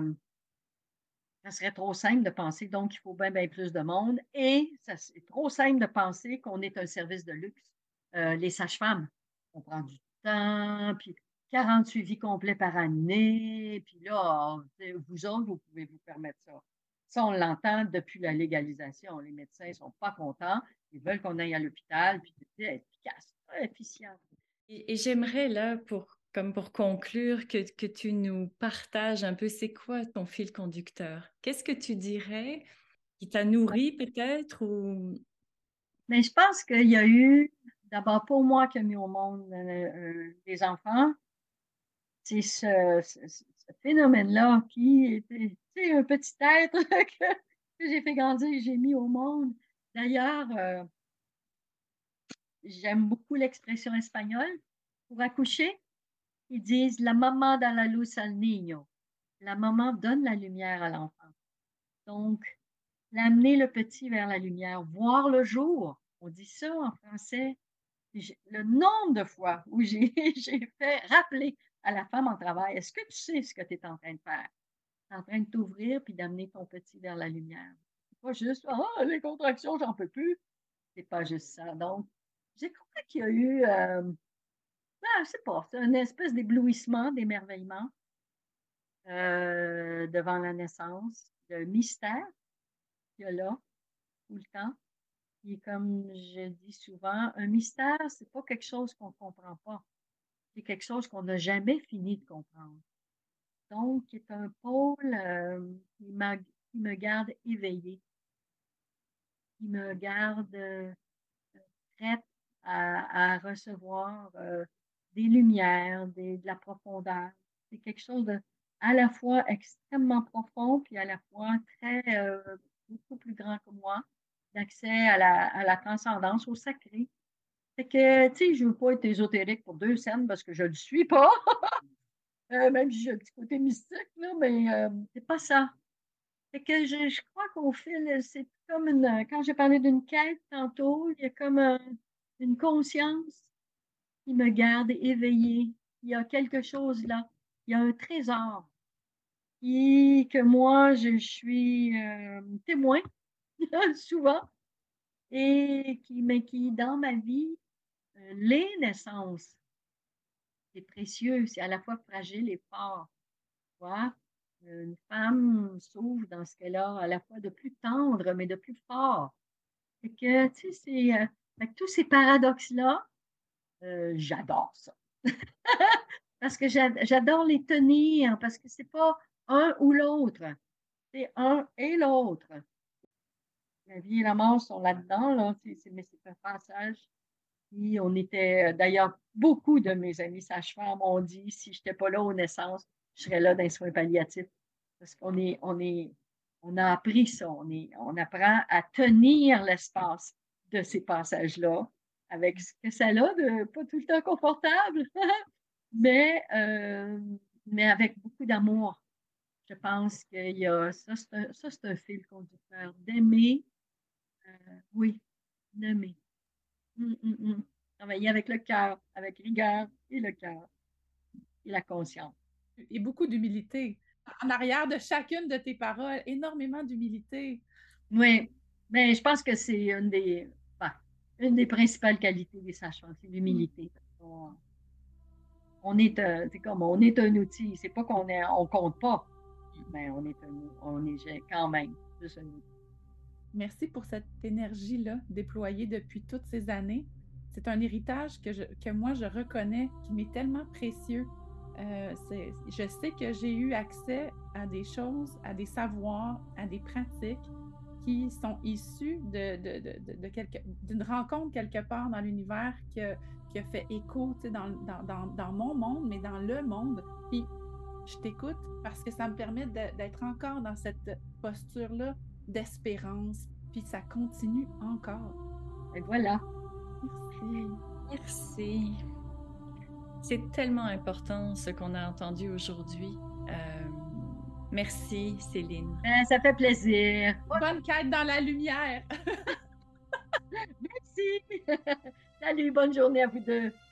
ça serait trop simple de penser, donc il faut bien, bien plus de monde. Et c'est trop simple de penser qu'on est un service de luxe. Les sages-femmes, on prend du temps, puis 40 suivis complets par année, puis là, vous autres, vous pouvez vous permettre ça. Ça, on l'entend depuis la légalisation. Les médecins ne sont pas contents. Ils veulent qu'on aille à l'hôpital, puis c'est efficace, efficient. Et j'aimerais, là, pour conclure, que tu nous partages un peu, c'est quoi ton fil conducteur? Qu'est-ce que tu dirais qui t'a nourri peut-être ou... Mais je pense qu'il y a eu, d'abord pour moi qui a mis au monde des enfants, c'est ce phénomène-là qui était un petit être que j'ai fait grandir et j'ai mis au monde. D'ailleurs, j'aime beaucoup l'expression espagnole. Pour accoucher, ils disent « la maman da la luz al niño ». La maman donne la lumière à l'enfant. Donc, l'amener le petit vers la lumière, voir le jour. On dit ça en français. Le nombre de fois où j'ai fait rappeler à la femme en travail, est-ce que tu sais ce que tu es en train de faire? Tu es en train de t'ouvrir puis d'amener ton petit vers la lumière. C'est pas juste, les contractions, j'en peux plus. C'est pas juste ça. Donc, j'ai compris qu'il y a eu, je sais pas, c'est une espèce d'éblouissement, d'émerveillement devant la naissance, le mystère qu'il y a là, tout le temps. Et comme je dis souvent, un mystère, c'est pas quelque chose qu'on ne comprend pas. C'est quelque chose qu'on n'a jamais fini de comprendre. Donc, c'est un pôle qui me garde éveillée, qui me garde prête à recevoir des lumières, de la profondeur. C'est quelque chose de à la fois extrêmement profond, puis à la fois très beaucoup plus grand que moi, d'accès à la transcendance, au sacré. Fait que, tu sais, je ne veux pas être ésotérique pour 2 scènes parce que je ne le suis pas. Même si j'ai un petit côté mystique, là, mais c'est pas ça. Fait que je crois qu'au fil, c'est comme quand j'ai parlé d'une quête tantôt, il y a comme une conscience qui me garde éveillée. Il y a quelque chose là. Il y a un trésor et que moi, je suis témoin souvent et qui, dans ma vie, les naissances, c'est précieux, c'est à la fois fragile et fort. Tu vois? Une femme s'ouvre dans ce qu'elle a à la fois de plus tendre, mais de plus fort. Fait que, tu sais, fait que tous ces paradoxes-là, j'adore ça. Parce que j'adore les tenir, parce que c'est pas un ou l'autre, c'est un et l'autre. La vie et la mort sont là-dedans, là, mais c'est un passage. Puis on était, d'ailleurs, beaucoup de mes amis sages-femmes m'ont dit, si je n'étais pas là aux naissances, je serais là dans les soins palliatifs. Parce on a appris ça. On apprend à tenir l'espace de ces passages-là avec ce que ça a de pas tout le temps confortable, mais avec beaucoup d'amour. Je pense qu'il y a ça, c'est un fil conducteur. D'aimer, oui, d'aimer. Travailler avec le cœur, avec rigueur et le cœur et la conscience. Et beaucoup d'humilité. En arrière de chacune de tes paroles, énormément d'humilité. Oui, mais je pense que c'est une des principales qualités des sages-femmes, c'est l'humilité. On est un outil. C'est pas on compte pas, mais on est quand même juste un outil. Merci pour cette énergie-là déployée depuis toutes ces années. C'est un héritage que moi, je reconnais, qui m'est tellement précieux. Je sais que j'ai eu accès à des choses, à des savoirs, à des pratiques qui sont issues d'une rencontre quelque part dans l'univers qui a fait écho dans mon monde, mais dans le monde. Puis je t'écoute parce que ça me permet d'être encore dans cette posture-là d'espérance, puis ça continue encore. Et voilà. Merci. Merci. C'est tellement important ce qu'on a entendu aujourd'hui. Merci, Céline. Ça fait plaisir. Bonne quête dans la lumière. Merci. Salut, bonne journée à vous deux.